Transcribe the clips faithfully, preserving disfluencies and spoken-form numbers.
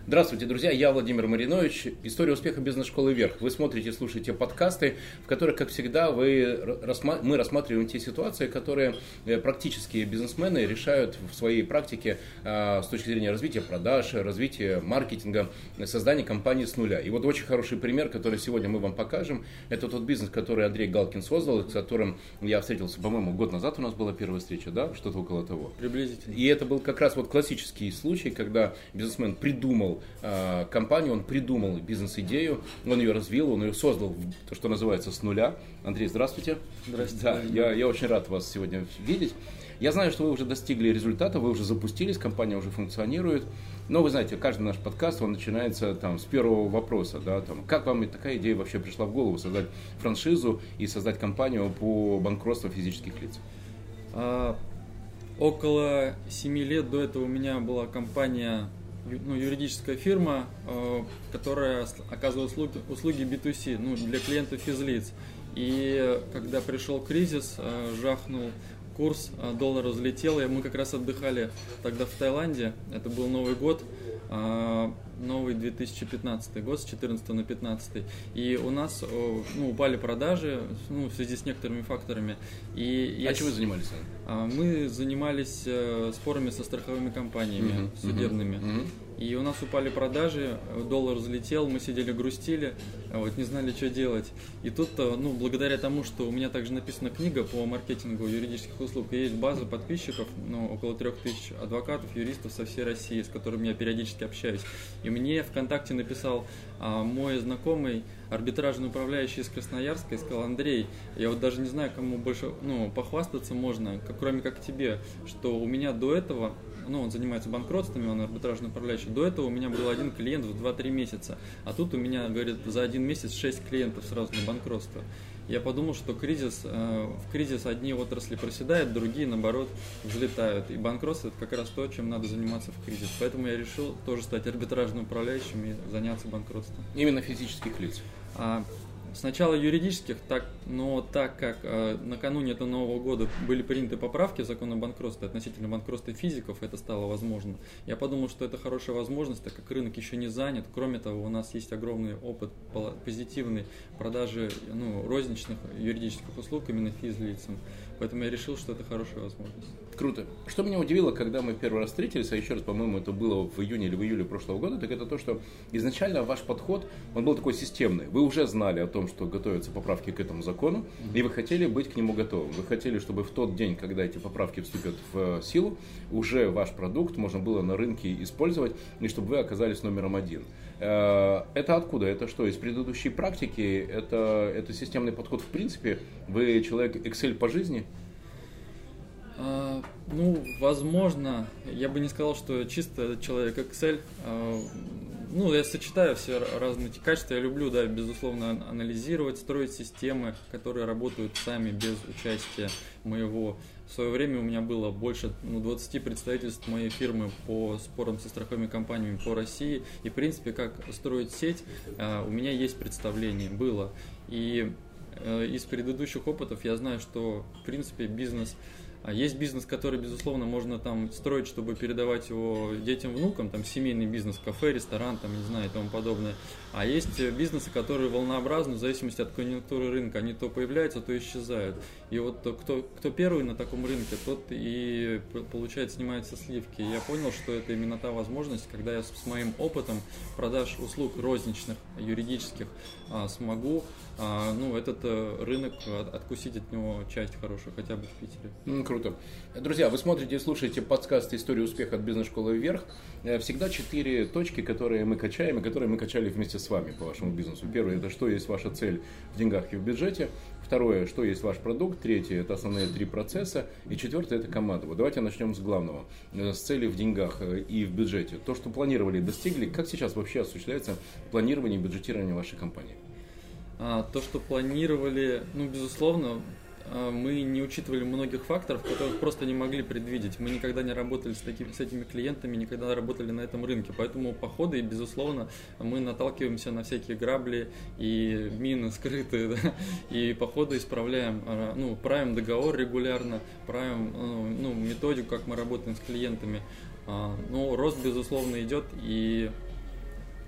Здравствуйте, друзья, я Владимир Маринович, история успеха бизнес-школы «Вверх». Вы смотрите, слушаете подкасты, в которых, как всегда, вы, мы рассматриваем те ситуации, которые практические бизнесмены решают в своей практике с точки зрения развития продаж, развития маркетинга, создания компании с нуля. И вот очень хороший пример, который сегодня мы вам покажем, это тот бизнес, который Андрей Галкин создал, с которым я встретился, по-моему, год назад у нас была первая встреча, да, что-то около того. Приблизительно. И это был как раз вот классический случай, когда бизнесмен придумал компанию, он придумал бизнес-идею, он ее развил, он ее создал, то, что называется, с нуля. Андрей, здравствуйте. Здравствуйте. Да, я, я очень рад вас сегодня видеть. Я знаю, что вы уже достигли результата, вы уже запустились, компания уже функционирует. Но вы знаете, каждый наш подкаст, он начинается там, с первого вопроса. Да, там, как вам такая идея вообще пришла в голову, создать франшизу и создать компанию по банкротству физических лиц? А, около семи лет до этого у меня была компания, ну, юридическая фирма, э, которая оказывала услуги, услуги би ту си, ну, для клиентов физлиц. И когда пришел кризис, э, жахнул курс, э, доллар взлетел, и мы как раз отдыхали тогда в Таиланде, это был Новый год, э, новый две тысячи пятнадцатый год, с четырнадцатого на пятнадцатый, и у нас ну, упали продажи, ну, в связи с некоторыми факторами. И а я... чем вы занимались? Мы занимались спорами со страховыми компаниями, uh-huh, судебными. Uh-huh. И у нас упали продажи, доллар взлетел, мы сидели, грустили, вот, не знали, что делать. И тут, ну, благодаря тому, что у меня также написана книга по маркетингу юридических услуг, и есть база подписчиков, ну, около трех тысяч адвокатов, юристов со всей России, с которыми я периодически общаюсь. И мне ВКонтакте написал а, мой знакомый, арбитражный управляющий из Красноярска, и сказал: Андрей, я вот даже не знаю, кому больше, ну, похвастаться можно, как, кроме как тебе, что у меня до этого, ну, он занимается банкротствами, он арбитражный управляющий, до этого у меня был один клиент в два-три месяца, а тут у меня, говорит, за один месяц шесть клиентов сразу на банкротство. Я подумал, что кризис, э, в кризис одни отрасли проседают, другие, наоборот, взлетают. И банкротство – это как раз то, чем надо заниматься в кризис. Поэтому я решил тоже стать арбитражным управляющим и заняться банкротством. Именно физических лиц? А, Сначала юридических, так, но так как э, накануне этого Нового года были приняты поправки в закон о банкротстве относительно банкротства физиков, это стало возможно. Я подумал, что это хорошая возможность, так как рынок еще не занят. Кроме того, у нас есть огромный опыт позитивной продажи, ну, розничных юридических услуг именно физлицам. Поэтому я решил, что это хорошая возможность. Круто. Что меня удивило, когда мы первый раз встретились, а еще раз, по-моему, это было в июне или в июле прошлого года, так это то, что изначально ваш подход, он был такой системный. Вы уже знали о том, что готовятся поправки к этому закону, mm-hmm. и вы хотели быть к нему готовым. Вы хотели, чтобы в тот день, когда эти поправки вступят в силу, уже ваш продукт можно было на рынке использовать, и чтобы вы оказались номером один. Это откуда? Это что, из предыдущей практики? Это, это системный подход в принципе? Вы человек Excel по жизни? А, ну, возможно, я бы не сказал, что чисто человек Excel. А, ну, я сочетаю все разные эти качества. Я люблю, да, безусловно, анализировать, строить системы, которые работают сами без участия моего. В свое время у меня было больше ну, двадцати представительств моей фирмы по спорам со страховыми компаниями по России. И, в принципе, как строить сеть, у меня есть представление, было. И из предыдущих опытов я знаю, что, в принципе, бизнес... Есть бизнес, который, безусловно, можно там строить, чтобы передавать его детям, внукам, там семейный бизнес, кафе, ресторан, там, не знаю, и тому подобное. А есть бизнесы, которые волнообразны, в зависимости от конъюнктуры рынка, они то появляются, то исчезают. И вот кто, кто первый на таком рынке, тот и, получается, снимается сливки. И я понял, что это именно та возможность, когда я с моим опытом продаж услуг розничных, юридических, смогу ну, этот рынок откусить от него часть хорошую, хотя бы в Питере. Ну, круто. Друзья, вы смотрите и слушаете подкаст «История успеха от бизнес-школы «Вверх». Всегда четыре точки, которые мы качаем и которые мы качали вместе с вами по вашему бизнесу. Первое – это что есть ваша цель в деньгах и в бюджете. Второе – что есть ваш продукт. Третье – это основные три процесса. И четвертое – это команда. Вот давайте начнем с главного. С цели в деньгах и в бюджете. То, что планировали, достигли. Как сейчас вообще осуществляется планирование и бюджетирование вашей компании? А, то, что планировали, ну, безусловно, мы не учитывали многих факторов, которых просто не могли предвидеть. Мы никогда не работали с, такими, с этими клиентами, никогда не работали на этом рынке. Поэтому по ходу, и, безусловно, мы наталкиваемся на всякие грабли и мины скрытые, да? И по ходу исправляем, ну, правим договор регулярно, правим ну, методику, как мы работаем с клиентами. Ну, рост, безусловно, идет, и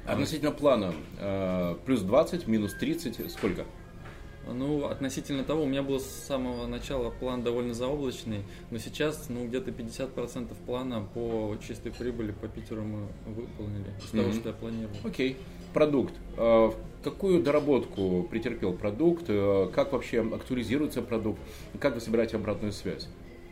Относительно плана, плюс двадцать, минус тридцать, сколько? Ну, относительно того, у меня был с самого начала план довольно заоблачный, но сейчас, ну, где-то пятьдесят процентов плана по чистой прибыли по Питеру мы выполнили из mm-hmm. того, что я планировал. Окей. Okay. Продукт. Какую доработку претерпел продукт? Как вообще актуализируется продукт? Как вы собираете обратную связь?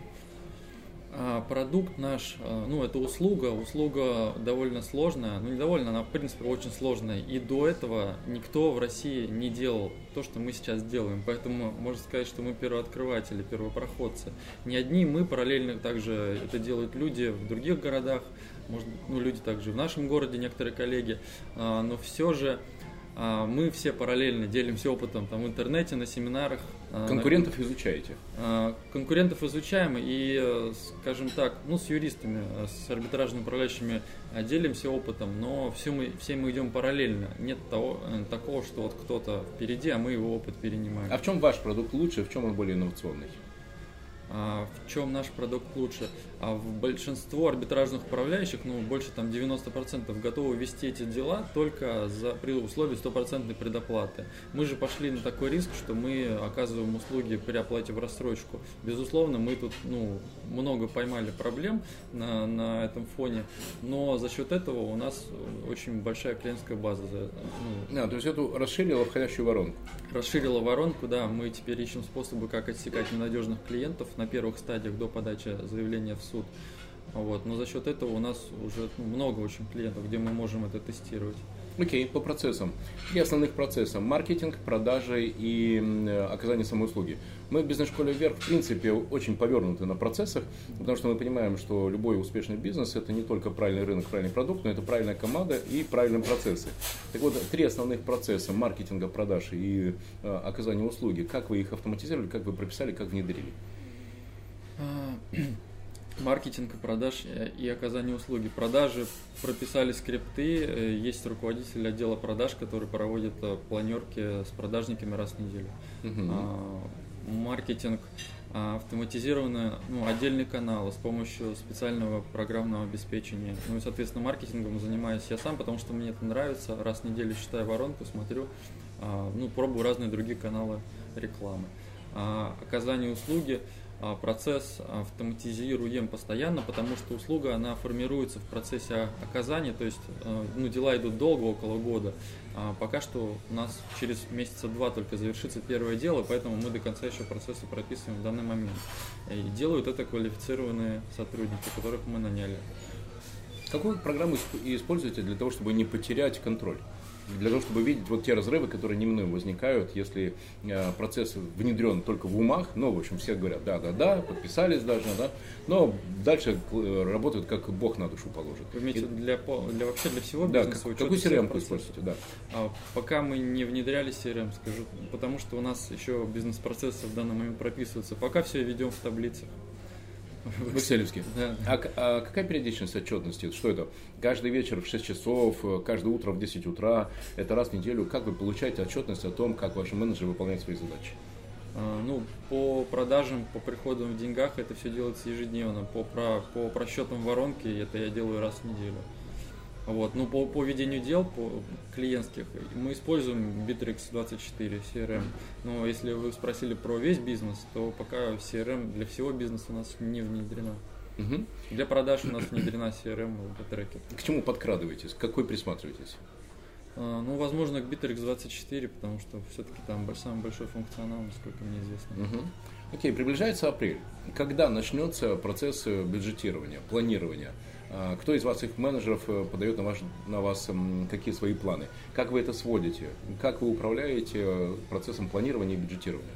Продукт наш, ну, это услуга, услуга довольно сложная, ну, не довольно, она, в принципе, очень сложная, и до этого никто в России не делал то, что мы сейчас делаем, поэтому можно сказать, что мы первооткрыватели, первопроходцы. Не одни мы, параллельно также это делают люди в других городах, может, ну, люди также в нашем городе, некоторые коллеги, но все же мы все параллельно делимся опытом там, в интернете, на семинарах. Конкурентов на... изучаете? Конкурентов изучаем и, скажем так, ну, с юристами, с арбитражными управляющими делимся опытом, но все мы, все мы идем параллельно. Нет того, такого, что вот кто-то впереди, а мы его опыт перенимаем. А в чем ваш продукт лучше, в чем он более инновационный? В чем наш продукт лучше? А в большинство арбитражных управляющих, ну, больше там девяносто процентов готовы вести эти дела только за, при условии стопроцентной предоплаты. Мы же пошли на такой риск, что мы оказываем услуги при оплате в рассрочку. Безусловно, мы тут, ну, много поймали проблем на, на этом фоне, но за счет этого у нас очень большая клиентская база. Ну, а, то есть это расширило входящую воронку? Расширила воронку, да. Мы теперь ищем способы, как отсекать ненадежных клиентов на первых стадиях до подачи заявления в суд. Вот. Но за счет этого у нас уже ну, много очень клиентов, где мы можем это тестировать. Окей, okay, по процессам. Три основных процесса: маркетинг, продажи и оказание самой услуги. Мы в бизнес-школе вверх, в принципе, очень повернуты на процессах, потому что мы понимаем, что любой успешный бизнес – это не только правильный рынок, правильный продукт, но это правильная команда и правильные процессы. Так вот, три основных процесса: маркетинга, продаж и э, оказания услуги. Как вы их автоматизировали, как вы прописали, как внедрили? Маркетинг и продаж и оказание услуги. Продажи прописали скрипты, есть руководитель отдела продаж, который проводит планерки с продажниками раз в неделю. Uh-huh. Маркетинг автоматизированный, ну, отдельный канал с помощью специального программного обеспечения. Ну и, соответственно, маркетингом занимаюсь я сам, потому что мне это нравится. Раз в неделю считаю воронку, смотрю, ну, пробую разные другие каналы рекламы. Оказание услуги. Процесс автоматизируем постоянно, потому что услуга, она формируется в процессе оказания, то есть, ну, дела идут долго, около года. А пока что у нас через месяца два только завершится первое дело, поэтому мы до конца еще процессы прописываем в данный момент. И делают это квалифицированные сотрудники, которых мы наняли. Какую программу используете для того, чтобы не потерять контроль? Для того, чтобы видеть вот те разрывы, которые неминуемо возникают, если э, процесс внедрен только в умах, ну, в общем, все говорят, да-да-да, подписались даже, да, но дальше работают, как Бог на душу положит. Вы имеете И... для, для, вообще для всего бизнеса? Да, как, какую си эр эм-ку используете? Да. А, пока мы не внедряли си эр эм, скажу, потому что у нас еще бизнес-процессы в данный момент прописываются, пока все ведем в таблицах. В экселевске. Да. А, а какая периодичность отчетности? Что это? Каждый вечер в шесть часов, каждое утро в десять утра, это раз в неделю. Как вы получаете отчетность о том, как ваши менеджеры выполняют свои задачи? А, ну, по продажам, по приходам в деньгах это все делается ежедневно. По, про, по просчетам воронки это я делаю раз в неделю. Вот. Ну, по, по ведению дел, по клиентских, мы используем Bittrex двадцать четыре си эр эм. Но если вы спросили про весь бизнес, то пока си эр эм для всего бизнеса у нас не внедрена. Угу. Для продаж у нас внедрена си эр эм в Bittrex. К чему подкрадываетесь? К какой присматриваетесь? А, ну, возможно, к Bittrex двадцать четыре, потому что все-таки там самый большой функционал, насколько мне известно. Угу. Окей, приближается апрель. Когда начнется процесс бюджетирования, планирования? Кто из ваших менеджеров подает на, ваш, на вас какие свои планы? Как вы это сводите? Как вы управляете процессом планирования и бюджетирования?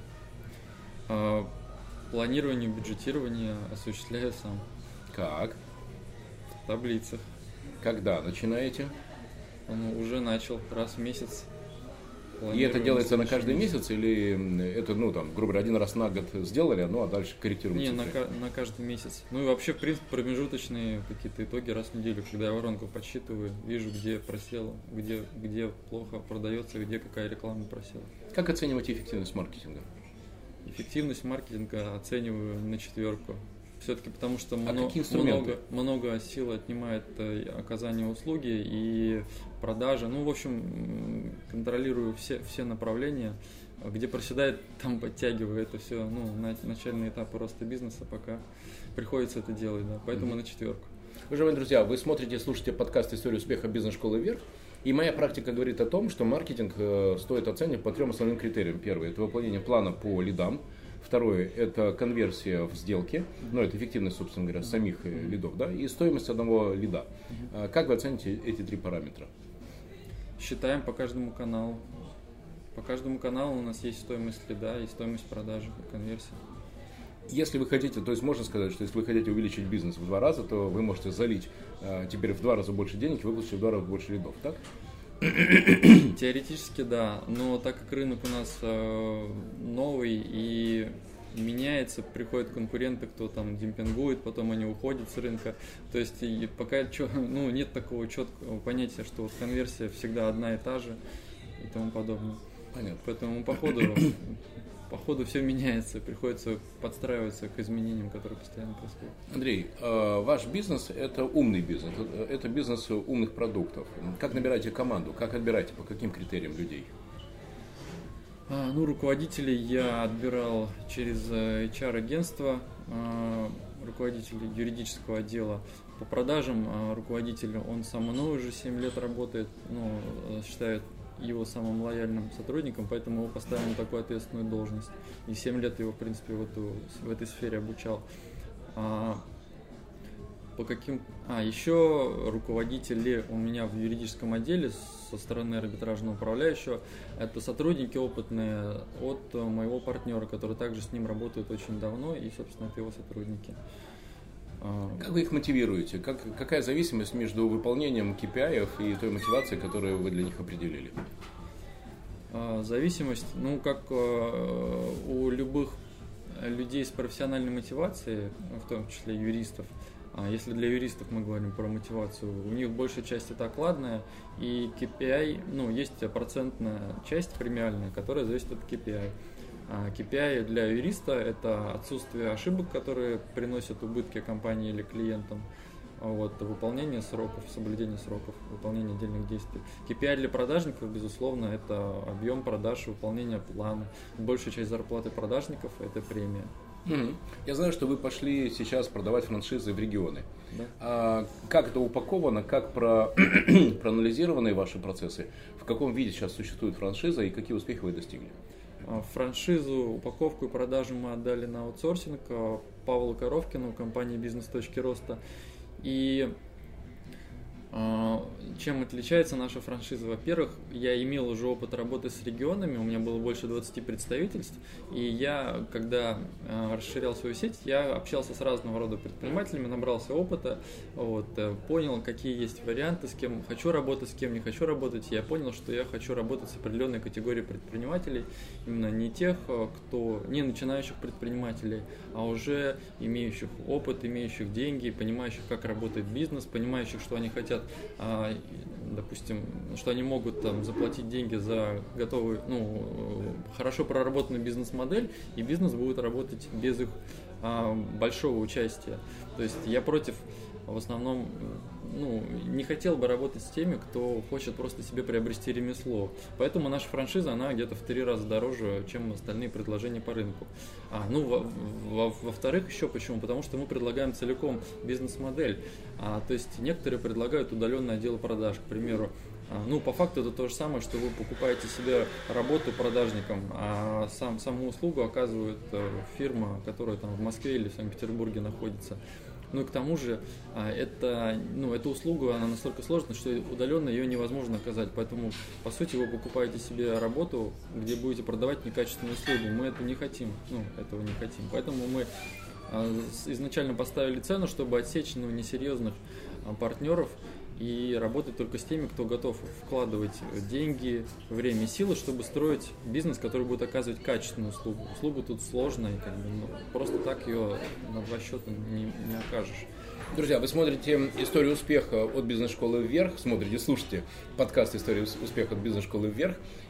А, планирование и бюджетирование осуществляю сам. Как? В таблицах. Когда начинаете? Он уже начал раз в месяц. И это делается на каждый месяц или это, ну, там, грубо говоря, один раз на год сделали, ну, а дальше корректируем Не, цифры? на, на каждый месяц. Ну и вообще, в принципе, промежуточные какие-то итоги раз в неделю, когда я воронку подсчитываю, вижу, где просело, где, где плохо продается, где какая реклама просела. Как оцениваете эффективность маркетинга? Эффективность маркетинга оцениваю на четверку. Все-таки потому что а много, много, много сил отнимает оказание услуги и продажа. Ну, в общем, контролирую все, все направления. Где проседает, там подтягиваю это все. Ну, на начальный этап роста бизнеса пока приходится это делать, да. Поэтому mm-hmm. на четверку. Уважаемые друзья, вы смотрите, слушаете подкаст «История успеха бизнес-школы вверх». И моя практика говорит о том, что маркетинг стоит оценивать по трем основным критериям. Первый – это выполнение плана по лидам. Второе – это конверсия в сделке, ну, это эффективность, собственно говоря, самих лидов, да, и стоимость одного лида. Как вы оцените эти три параметра? Считаем по каждому каналу. По каждому каналу у нас есть стоимость лида и стоимость продажи, и конверсии. Если вы хотите, то есть можно сказать, что если вы хотите увеличить бизнес в два раза, то вы можете залить э, теперь в два раза больше денег и выплатить в два раза больше лидов, так? Теоретически да, но так как рынок у нас э, новый и меняется, приходят конкуренты, кто там демпингует, потом они уходят с рынка, то есть и пока ну, нет такого четкого понятия, что вот конверсия всегда одна и та же и тому подобное. Понятно. Поэтому по ходу, по ходу все меняется, приходится подстраиваться к изменениям, которые постоянно происходят. Андрей, ваш бизнес – это умный бизнес, это бизнес умных продуктов. Как набираете команду, как отбираете, по каким критериям людей? А, ну, руководителей я отбирал через эйч ар-агентство, руководитель юридического отдела. По продажам руководитель, он со мной уже семь лет работает, ну, считает его самым лояльным сотрудником, поэтому его поставил на такую ответственную должность. И семь лет его, в принципе, в, эту, в этой сфере обучал. А, по каким... А, еще руководители у меня в юридическом отделе со стороны арбитражного управляющего, это сотрудники опытные от моего партнера, который также с ним работает очень давно, и, собственно, это его сотрудники. Как вы их мотивируете? Как, какая зависимость между выполнением кей пи ай и той мотивацией, которую вы для них определили? Зависимость, ну, как у любых людей с профессиональной мотивацией, в том числе юристов, если для юристов мы говорим про мотивацию, у них большая часть это окладная, и кей пи ай, ну, есть процентная часть премиальная, которая зависит от кей пи ай. кей пи ай для юриста – это отсутствие ошибок, которые приносят убытки компании или клиентам, вот, выполнение сроков, соблюдение сроков, выполнение отдельных действий. кей пи ай для продажников, безусловно, это объем продаж, выполнение плана. Большая часть зарплаты продажников – это премия. Mm-hmm. Я знаю, что вы пошли сейчас продавать франшизы в регионы. Да. А как это упаковано, как про... проанализированы ваши процессы, в каком виде сейчас существует франшиза и какие успехи вы достигли? Франшизу, упаковку и продажу мы отдали на аутсорсинг Павлу Коровкину, компании «Бизнес точки роста». И чем отличается наша франшиза? Во-первых, я имел уже опыт работы с регионами, у меня было больше двадцати представительств, и я, когда расширял свою сеть, я общался с разного рода предпринимателями, набрался опыта, вот, понял, какие есть варианты, с кем хочу работать, с кем не хочу работать. Я понял, что я хочу работать с определенной категорией предпринимателей, именно не тех, кто, не начинающих предпринимателей, а уже имеющих опыт, имеющих деньги, понимающих, как работает бизнес, понимающих, что они хотят, допустим, что они могут там заплатить деньги за готовую, ну, хорошо проработанную бизнес-модель, и бизнес будет работать без их а, большого участия. То есть я против, в основном, ну, не хотел бы работать с теми, кто хочет просто себе приобрести ремесло. Поэтому наша франшиза, она где-то в три раза дороже, чем остальные предложения по рынку. А, ну, во- во- во-вторых, еще почему? Потому что мы предлагаем целиком бизнес-модель. А, то есть некоторые предлагают удаленный отдел продаж, к примеру. А, ну, по факту это то же самое, что вы покупаете себе работу продажником, а сам, саму услугу оказывает фирма, которая там в Москве или в Санкт-Петербурге находится. Ну и к тому же это, ну, эта услуга, она настолько сложная, что удаленно ее невозможно оказать. Поэтому, по сути, вы покупаете себе работу, где будете продавать некачественную услугу. Мы это не хотим, ну, этого не хотим. Поэтому мы изначально поставили цену, чтобы отсечь, ну, несерьезных партнеров и работать только с теми, кто готов вкладывать деньги, время и силы, чтобы строить бизнес, который будет оказывать качественную услугу. Услуга тут сложная, и как бы, ну, просто так ее на два счета не, не окажешь. Друзья, вы смотрите «Историю успеха» от бизнес-школы «Вверх», смотрите, слушайте подкаст «История успеха» от бизнес-школы «Вверх».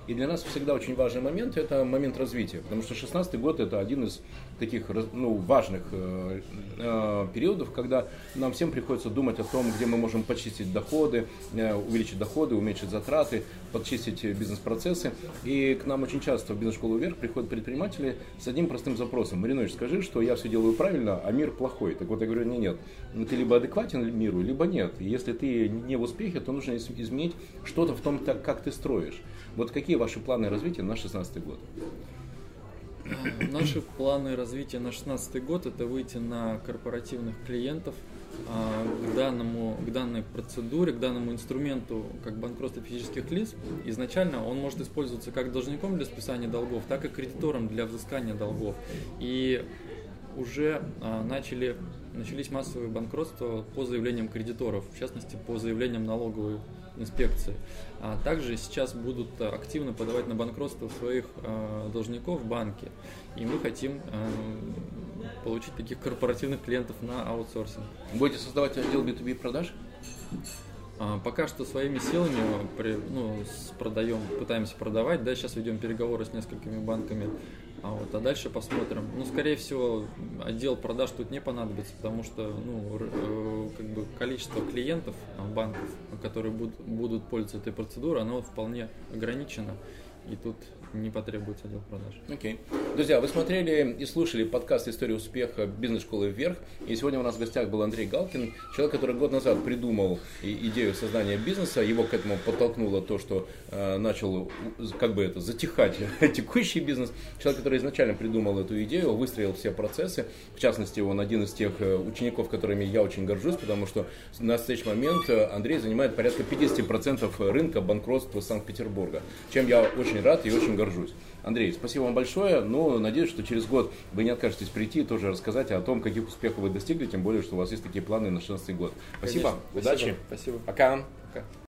И для нас всегда очень важный момент – это момент развития. Потому что шестнадцатый год – это один из таких ну, важных э, э, периодов, когда нам всем приходится думать о том, где мы можем почистить доходы, э, увеличить доходы, уменьшить затраты, подчистить бизнес-процессы. И к нам очень часто в бизнес-школу «Вверх» приходят предприниматели с одним простым запросом. Маринович, скажи, что я все делаю правильно, а мир плохой. Так вот, я говорю, нет, нет. Ты либо адекватен миру, либо нет. И если ты не в успехе, то нужно изменить что-то в том, как ты строишь. Вот какие ваши планы развития на шестнадцатый год? Наши планы развития на шестнадцатый год – это выйти на корпоративных клиентов к, данному, к данной процедуре, к данному инструменту, как банкротство физических лиц. Изначально он может использоваться как должником для списания долгов, так и кредитором для взыскания долгов. И уже начали, начались массовые банкротства по заявлениям кредиторов, в частности по заявлениям налоговой инспекции. А также сейчас будут активно подавать на банкротство своих э, должников в банки. И мы хотим э, получить таких корпоративных клиентов на аутсорсинг. Будете создавать отдел би ту би продаж? А, пока что своими силами при, ну, продаем, пытаемся продавать. Да, сейчас ведем переговоры с несколькими банками. А, вот, а дальше посмотрим. Ну, скорее всего, отдел продаж тут не понадобится, потому что ну, э, как бы количество клиентов банков, которые будут, будут пользоваться этой процедурой, оно вполне ограничено. И тут не потребуется отдел продаж. Окей. Okay. Друзья, вы смотрели и слушали подкаст «История успеха» бизнес-школы «Вверх». И сегодня у нас в гостях был Андрей Галкин, человек, который год назад придумал идею создания бизнеса. Его к этому подтолкнуло то, что э, начал как бы это затихать текущий бизнес. Человек, который изначально придумал эту идею, выстроил все процессы. В частности, он один из тех учеников, которыми я очень горжусь, потому что на настоящий момент Андрей занимает порядка пятьдесят процентов рынка банкротства Санкт-Петербурга, чем я очень рад и очень горжусь. Андрей, спасибо вам большое. Ну, надеюсь, что через год вы не откажетесь прийти и тоже рассказать о том, каких успехов вы достигли, тем более, что у вас есть такие планы на шестнадцатый год. Спасибо. Конечно. Удачи. Спасибо. Пока. Пока.